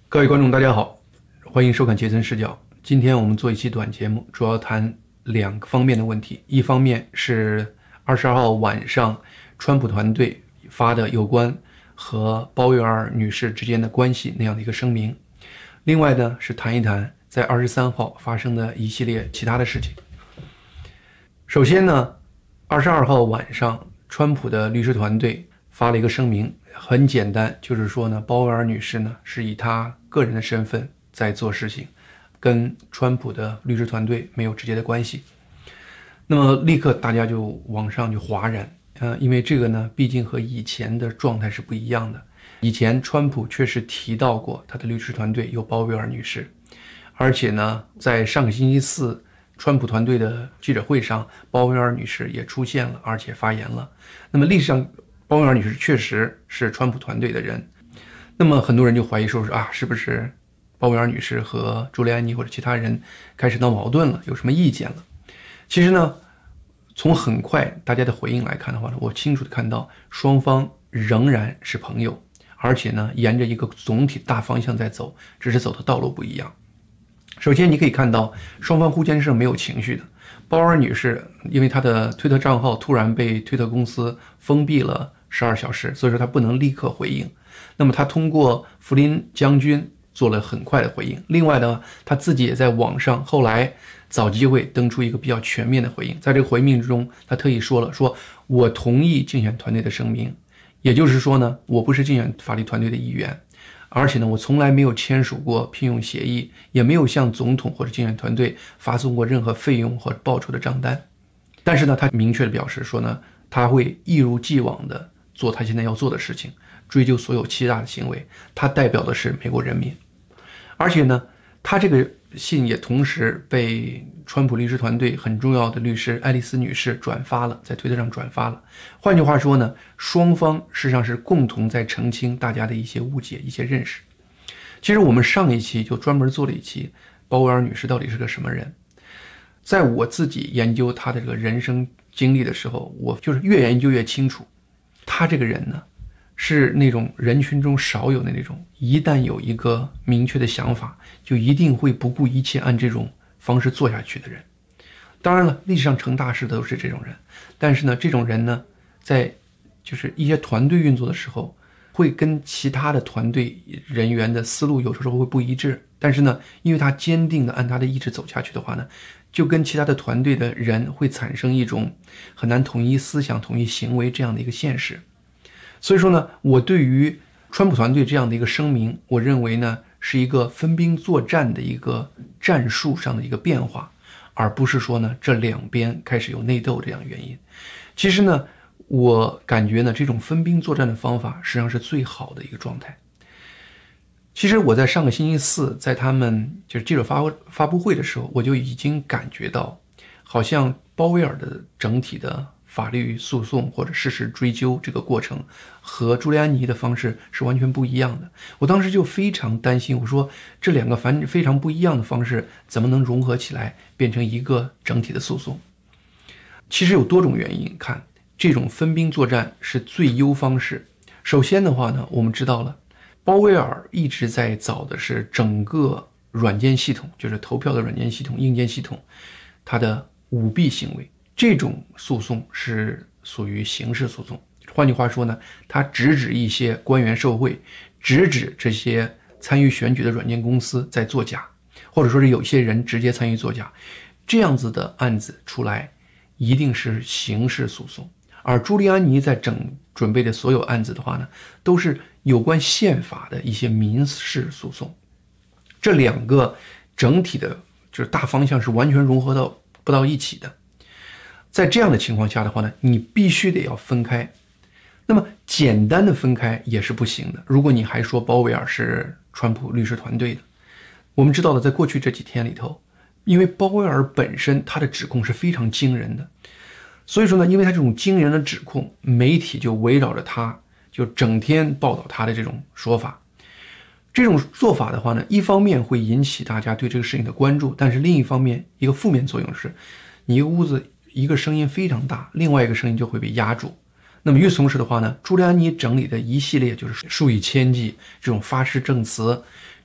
各位观众大家好，欢迎收看杰森视角。今天我们做一期短节目，主要谈两个方面的问题。一方面是22号晚上川普团队发的有关和鲍威尔女士之间的关系那样的一个声明，另外呢是谈一谈在23号发生的一系列其他的事情。首先呢22号晚上川普的律师团队发了一个声明，很简单，就是说呢鲍威尔女士呢是以她个人的身份在做事情，跟川普的律师团队没有直接的关系。那么立刻大家就网上就哗然，因为这个呢毕竟和以前的状态是不一样的。以前川普确实提到过他的律师团队有鲍威尔女士，而且呢在上个星期四川普团队的记者会上，鲍威尔女士也出现了，而且发言了。那么历史上鲍威尔女士确实是川普团队的人，那么很多人就怀疑说是不是鲍威尔女士和朱利安尼或者其他人开始闹矛盾了，有什么意见了。其实呢从很快大家的回应来看的话呢，我清楚的看到双方仍然是朋友，而且呢沿着一个总体大方向在走，只是走的道路不一样。首先你可以看到双方互间是没有情绪的。鲍威尔女士因为她的推特账号突然被推特公司封闭了12小时，所以说她不能立刻回应。那么她通过弗林将军做了很快的回应，另外呢她自己也在网上后来找机会登出一个比较全面的回应。在这个回应之中，她特意说我同意竞选团队的声明，也就是说呢我不是竞选法律团队的一员，而且呢我从来没有签署过聘用协议，也没有向总统或者竞选团队发送过任何费用或者报酬的账单。但是呢他明确的表示说呢他会一如既往的做他现在要做的事情，追究所有欺诈的行为，他代表的是美国人民。而且呢他这个信也同时被川普律师团队很重要的律师爱丽丝女士转发了，在推特上转发了。换句话说呢，双方事实上是共同在澄清大家的一些误解，一些认识。其实我们上一期就专门做了一期鲍威尔女士到底是个什么人。在我自己研究她的这个人生经历的时候，我就是越研究越清楚，她这个人呢是那种人群中少有的那种，一旦有一个明确的想法，就一定会不顾一切按这种方式做下去的人。当然了，历史上成大事的都是这种人，但是呢，这种人呢，在就是一些团队运作的时候，会跟其他的团队人员的思路有时候会不一致，但是呢，因为他坚定的按他的意志走下去的话呢，就跟其他的团队的人会产生一种很难统一思想、统一行为这样的一个现实。所以说呢，我对于川普团队这样的一个声明，我认为呢是一个分兵作战的一个战术上的一个变化，而不是说呢这两边开始有内斗这样的原因。其实呢我感觉呢这种分兵作战的方法实际上是最好的一个状态。其实我在上个星期四在他们就是记者发布会的时候，我就已经感觉到好像鲍威尔的整体的法律诉讼或者事实追究这个过程和朱利安尼的方式是完全不一样的。我当时就非常担心，我说这两个非常不一样的方式怎么能融合起来变成一个整体的诉讼。其实有多种原因，看这种分兵作战是最优方式。首先的话呢，我们知道了鲍威尔一直在找的是整个软件系统，就是投票的软件系统、硬件系统，它的舞弊行为。这种诉讼是属于刑事诉讼，换句话说呢，它直指一些官员受贿，直指这些参与选举的软件公司在作假，或者说是有些人直接参与作假，这样子的案子出来一定是刑事诉讼。而朱利安尼在准备的所有案子的话呢，都是有关宪法的一些民事诉讼。这两个整体的就是大方向是完全融合不到一起的。在这样的情况下的话呢，你必须得要分开。那么简单的分开也是不行的，如果你还说鲍威尔是川普律师团队的。我们知道了，在过去这几天里头，因为鲍威尔本身他的指控是非常惊人的，所以说呢，因为他这种惊人的指控，媒体就围绕着他，就整天报道他的这种说法。这种做法的话呢，一方面会引起大家对这个事情的关注，但是另一方面一个负面作用是，你一个屋子一个声音非常大，另外一个声音就会被压住。那么与此同时的话呢，朱利安尼整理的一系列就是数以千计这种发誓证词，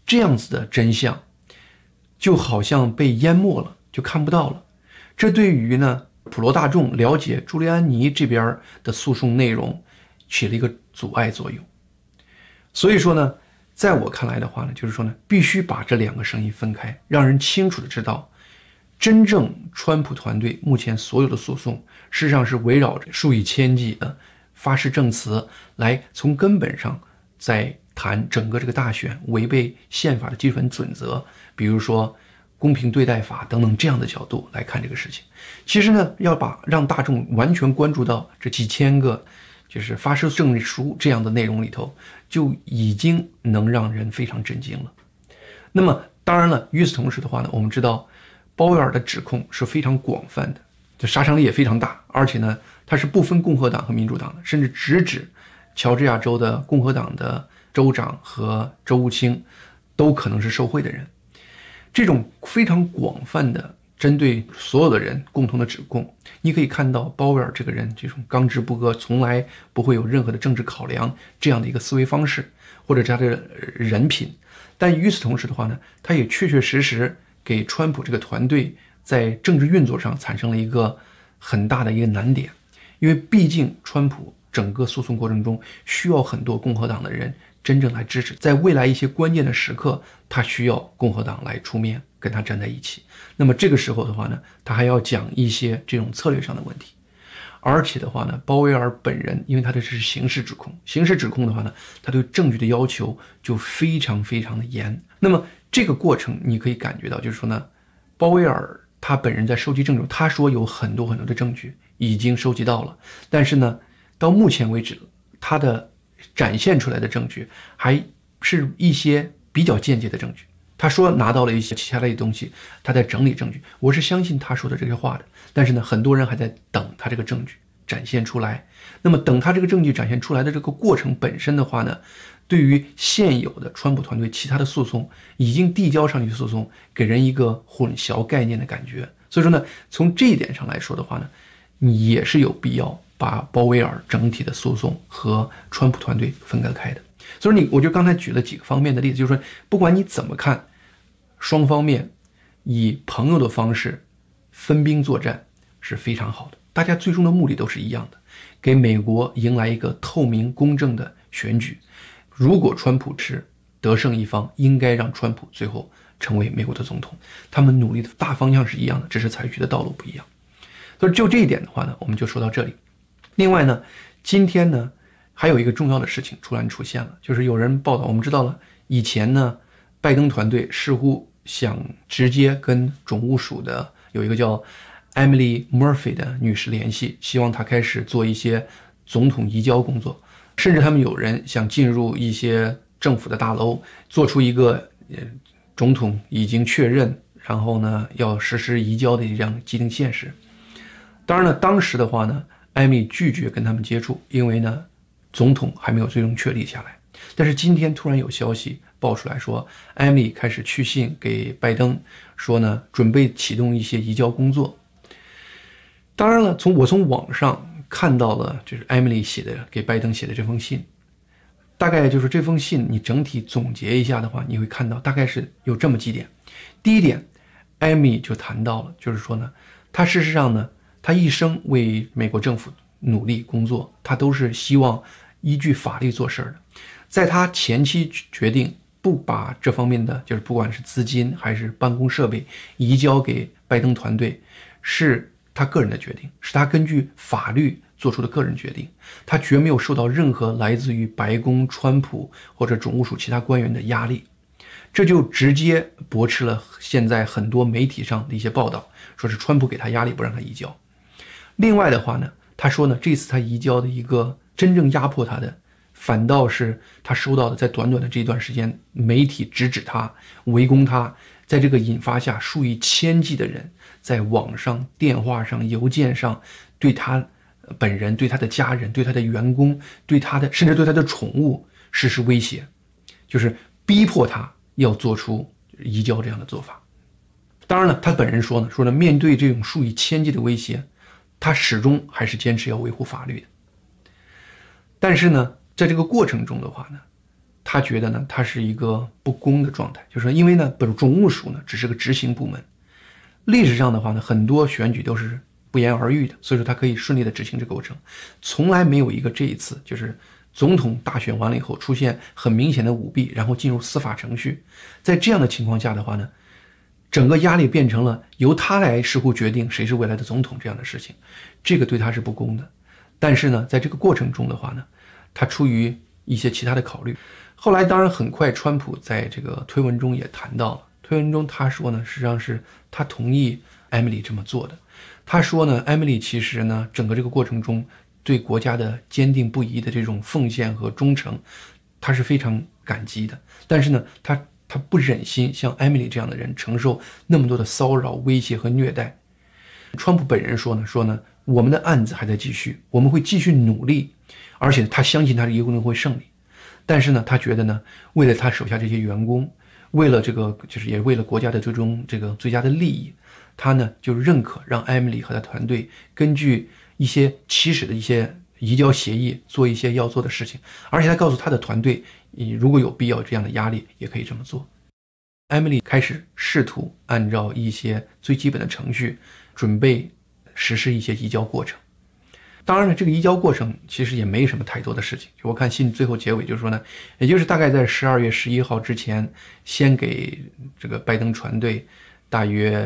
这样子的真相就好像被淹没了，就看不到了。这对于呢普罗大众了解朱利安尼这边的诉讼内容起了一个阻碍作用。所以说呢，在我看来的话呢，就是说呢，必须把这两个声音分开，让人清楚的知道，真正川普团队目前所有的诉讼，事实上是围绕着数以千计的发誓证词，来从根本上在谈整个这个大选违背宪法的基本准则，比如说公平对待法等等这样的角度来看这个事情。其实呢，要让大众完全关注到这几千个就是发誓证书这样的内容里头，就已经能让人非常震惊了。那么当然了，与此同时的话呢，我们知道鲍威尔的指控是非常广泛的，这杀伤力也非常大，而且呢，它是不分共和党和民主党的，甚至直指乔治亚州的共和党的州长和州务卿都可能是受贿的人。这种非常广泛的针对所有的人共同的指控，你可以看到鲍威尔这个人这种刚直不阿，从来不会有任何的政治考量这样的一个思维方式，或者他的人品。但与此同时的话呢，他也确确实实给川普这个团队在政治运作上产生了一个很大的一个难点，因为毕竟川普整个诉讼过程中需要很多共和党的人真正来支持，在未来一些关键的时刻，他需要共和党来出面跟他站在一起。那么这个时候的话呢，他还要讲一些这种策略上的问题。而且的话呢，鲍威尔本人因为他的是刑事指控，刑事指控的话呢，他对证据的要求就非常非常的严。那么这个过程你可以感觉到，就是说呢，鲍威尔他本人在收集证据，他说有很多很多的证据已经收集到了，但是呢，到目前为止他的展现出来的证据还是一些比较间接的证据。他说拿到了一些其他的东西，他在整理证据，我是相信他说的这些话的。但是呢，很多人还在等他这个证据展现出来。那么等他这个证据展现出来的这个过程本身的话呢，对于现有的川普团队其他的诉讼已经递交上去的诉讼，给人一个混淆概念的感觉。所以说呢，从这一点上来说的话呢，你也是有必要把鲍威尔整体的诉讼和川普团队分割开的。所以我就刚才举了几个方面的例子，就是说不管你怎么看，双方面以朋友的方式分兵作战是非常好的，大家最终的目的都是一样的，给美国迎来一个透明公正的选举。如果川普是得胜一方，应该让川普最后成为美国的总统，他们努力的大方向是一样的，只是采取的道路不一样。所以就这一点的话呢，我们就说到这里。另外呢，今天呢还有一个重要的事情突然出现了，就是有人报道，我们知道了以前呢拜登团队似乎想直接跟总务署的有一个叫 Emily Murphy 的女士联系，希望她开始做一些总统移交工作，甚至他们有人想进入一些政府的大楼，做出一个总统已经确认，然后呢要实施移交的这样既定现实。当然了，当时的话呢，艾米拒绝跟他们接触，因为呢总统还没有最终确立下来。但是今天突然有消息爆出来说，艾米开始去信给拜登，说呢准备启动一些移交工作。当然了，我从网上看到了就是艾米丽写的给拜登写的这封信，大概就是这封信你整体总结一下的话，你会看到大概是有这么几点。第一点，艾米就谈到了，就是说呢，他事实上呢，他一生为美国政府努力工作，他都是希望依据法律做事的。在他前期决定不把这方面的就是不管是资金还是办公设备移交给拜登团队，是他个人的决定，是他根据法律做出的个人决定，他绝没有受到任何来自于白宫、川普或者总务署其他官员的压力。这就直接驳斥了现在很多媒体上的一些报道，说是川普给他压力不让他移交。另外的话呢，他说呢，这次他移交的一个真正压迫他的，反倒是他收到的在短短的这一段时间，媒体直指他、围攻他，在这个引发下，数以千计的人在网上、电话上、邮件上对他本人、对他的家人、对他的员工、对他的甚至对他的宠物实施威胁，就是逼迫他要做出移交这样的做法。当然了，他本人说呢，面对这种数以千计的威胁，他始终还是坚持要维护法律的。但是呢，在这个过程中的话呢， 他觉得呢，他是一个不公的状态，就是说，因为呢，总务署呢只是个执行部门，历史上的话呢，很多选举都是不言而喻的，所以说他可以顺利的执行这个过程，从来没有一个这一次就是总统大选完了以后出现很明显的舞弊，然后进入司法程序，在这样的情况下的话呢，整个压力变成了由他来似乎决定谁是未来的总统这样的事情，这个对他是不公的。但是呢，在这个过程中的话呢，他出于一些其他的考虑，后来当然很快川普在这个推文中也谈到了，推文中他说呢，实际上是他同意艾米丽这么做的。他说呢，艾米丽其实呢，整个这个过程中对国家的坚定不移的这种奉献和忠诚，他是非常感激的。但是呢，他不忍心像艾米丽这样的人承受那么多的骚扰、威胁和虐待。川普本人说呢，我们的案子还在继续，我们会继续努力，而且他相信他一定会胜利。但是呢，他觉得呢，为了他手下这些员工，为了这个就是也为了国家的最佳的利益，他呢就认可让艾米丽和他团队根据一些起始的一些移交协议做一些要做的事情，而且他告诉他的团队，如果有必要这样的压力也可以这么做。艾米丽开始试图按照一些最基本的程序准备实施一些移交过程。当然了，这个移交过程其实也没什么太多的事情，我看信最后结尾就是说呢，也就是大概在12月11号之前，先给这个拜登船队大约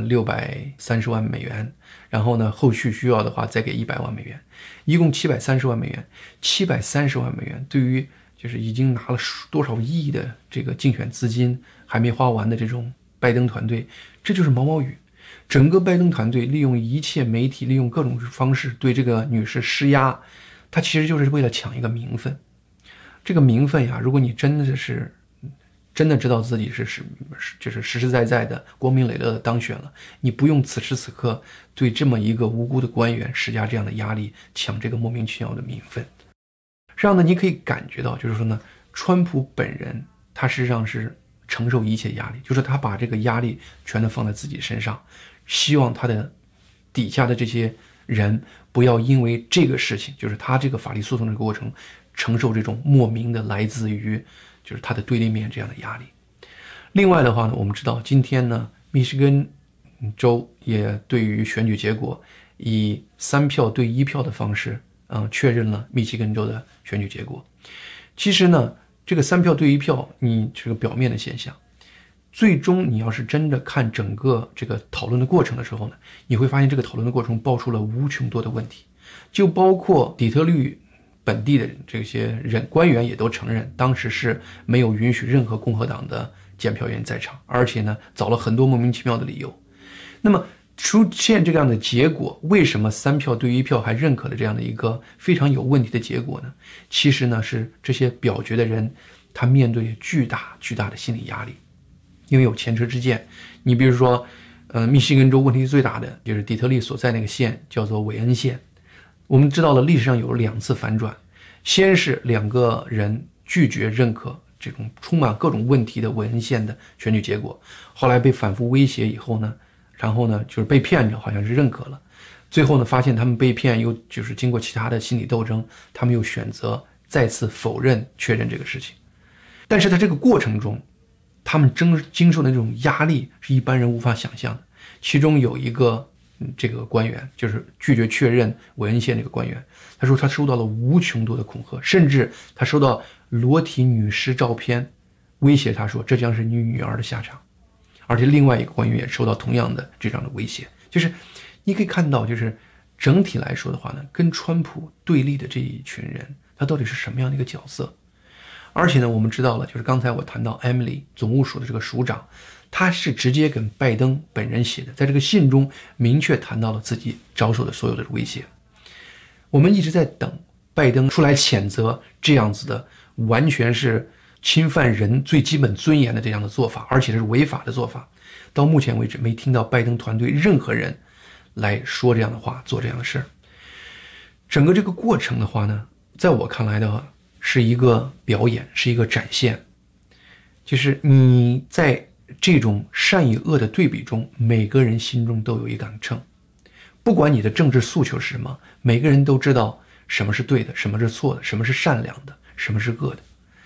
630万美元，然后呢后续需要的话再给100万美元，一共730万美元。730万美元对于就是已经拿了多少亿的这个竞选资金还没花完的这种拜登团队，这就是毛毛雨。整个拜登团队利用一切媒体，利用各种方式对这个女士施压，他其实就是为了抢一个名分。这个名分呀，如果你真的知道自己就是实实在在的光明磊落的当选了，你不用此时此刻对这么一个无辜的官员施加这样的压力，抢这个莫名其妙的名分。这样呢，你可以感觉到，就是说呢，川普本人他实际上是承受一切压力，就是他把这个压力全都放在自己身上，希望他的底下的这些人不要因为这个事情，就是他这个法律诉讼的过程，承受这种莫名的来自于就是他的对立面这样的压力。另外的话呢，我们知道今天呢，密歇根州也对于选举结果以3票对1票的方式确认了密歇根州的选举结果。其实呢，这个3票对1票，你这个表面的现象，最终你要是真的看整个这个讨论的过程的时候呢，你会发现这个讨论的过程爆出了无穷多的问题，就包括底特律本地的这些官员也都承认，当时是没有允许任何共和党的检票员在场，而且呢找了很多莫名其妙的理由。那么出现这样的结果，为什么3票对1票还认可了这样的一个非常有问题的结果呢？其实呢，是这些表决的人他面对巨大的心理压力，因为有前车之鉴。你比如说密歇根州问题最大的就是底特律所在那个县叫做韦恩县，我们知道了历史上有2次反转，先是2个人拒绝认可这种充满各种问题的韦恩县的选举结果，后来被反复威胁以后呢，然后呢就是被骗着好像是认可了，最后呢发现他们被骗，又就是经过其他的心理斗争，他们又选择再次否认确认这个事情。但是在这个过程中，他们经受的那种压力是一般人无法想象的。其中有一个这个官员，就是拒绝确认韦恩县这个官员，他说他收到了无穷多的恐吓，甚至他收到裸体女尸照片，威胁他说这将是你女儿的下场。而且另外一个官员也受到同样的这样的威胁。就是你可以看到，就是整体来说的话呢，跟川普对立的这一群人，他到底是什么样的一个角色？而且呢，我们知道了，就是刚才我谈到 Emily 总务署的这个署长，他是直接跟拜登本人写的，在这个信中明确谈到了自己遭受的所有的威胁。我们一直在等拜登出来谴责这样子的完全是侵犯人最基本尊严的这样的做法，而且是违法的做法。到目前为止没听到拜登团队任何人来说这样的话，做这样的事。整个这个过程的话呢，在我看来的话是一个表演，是一个展现，就是你在这种善与恶的对比中，每个人心中都有一杆秤，不管你的政治诉求是什么，每个人都知道什么是对的，什么是错的，什么是善良的，什么是恶的。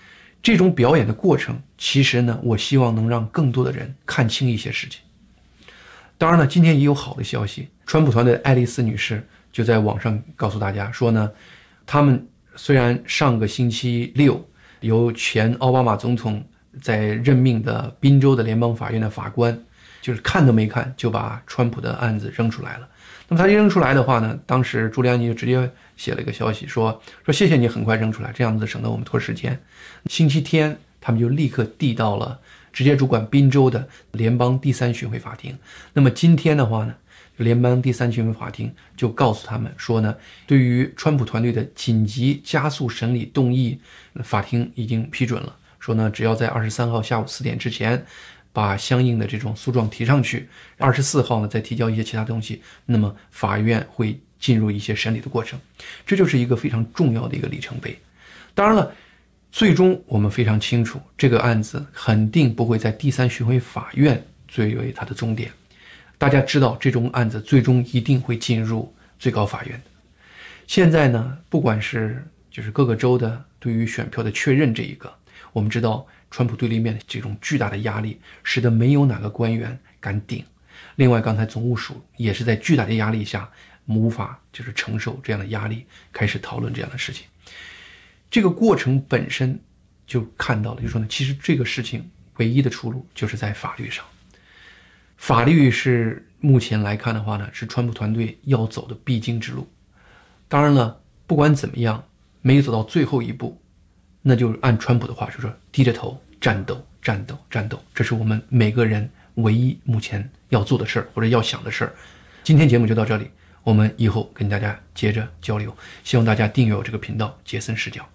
这种表演的过程，其实呢，我希望能让更多的人看清一些事情。当然呢，今天也有好的消息，川普团队的爱丽丝女士就在网上告诉大家说呢，他们虽然上个星期六由前奥巴马总统在任命的宾州的联邦法院的法官，就是看都没看就把川普的案子扔出来了。那么他一扔出来的话呢，当时朱利安尼就直接写了一个消息说谢谢你很快扔出来，这样子省得我们拖时间。星期天他们就立刻递到了直接主管宾州的联邦第三巡回法庭。那么今天的话呢，联邦第三巡回法庭就告诉他们说呢，对于川普团队的紧急加速审理动议，法庭已经批准了，说呢，只要在23号下午4点之前把相应的这种诉状提上去，24号呢再提交一些其他东西，那么法院会进入一些审理的过程。这就是一个非常重要的一个里程碑。当然了，最终我们非常清楚，这个案子肯定不会在第三巡回法院作为它的终点。大家知道这种案子最终一定会进入最高法院的。现在呢，不管是就是各个州的对于选票的确认这一个，我们知道川普对立面这种巨大的压力，使得没有哪个官员敢顶。另外，刚才总务署也是在巨大的压力下，无法就是承受这样的压力，开始讨论这样的事情。这个过程本身就看到了，就是说呢，其实这个事情唯一的出路就是在法律上。法律是目前来看的话呢，是川普团队要走的必经之路。当然了，不管怎么样，没有走到最后一步，那就是按川普的话说，低着头战斗战斗战斗，这是我们每个人唯一目前要做的事儿，或者要想的事儿。今天节目就到这里，我们以后跟大家接着交流，希望大家订阅我这个频道杰森视角。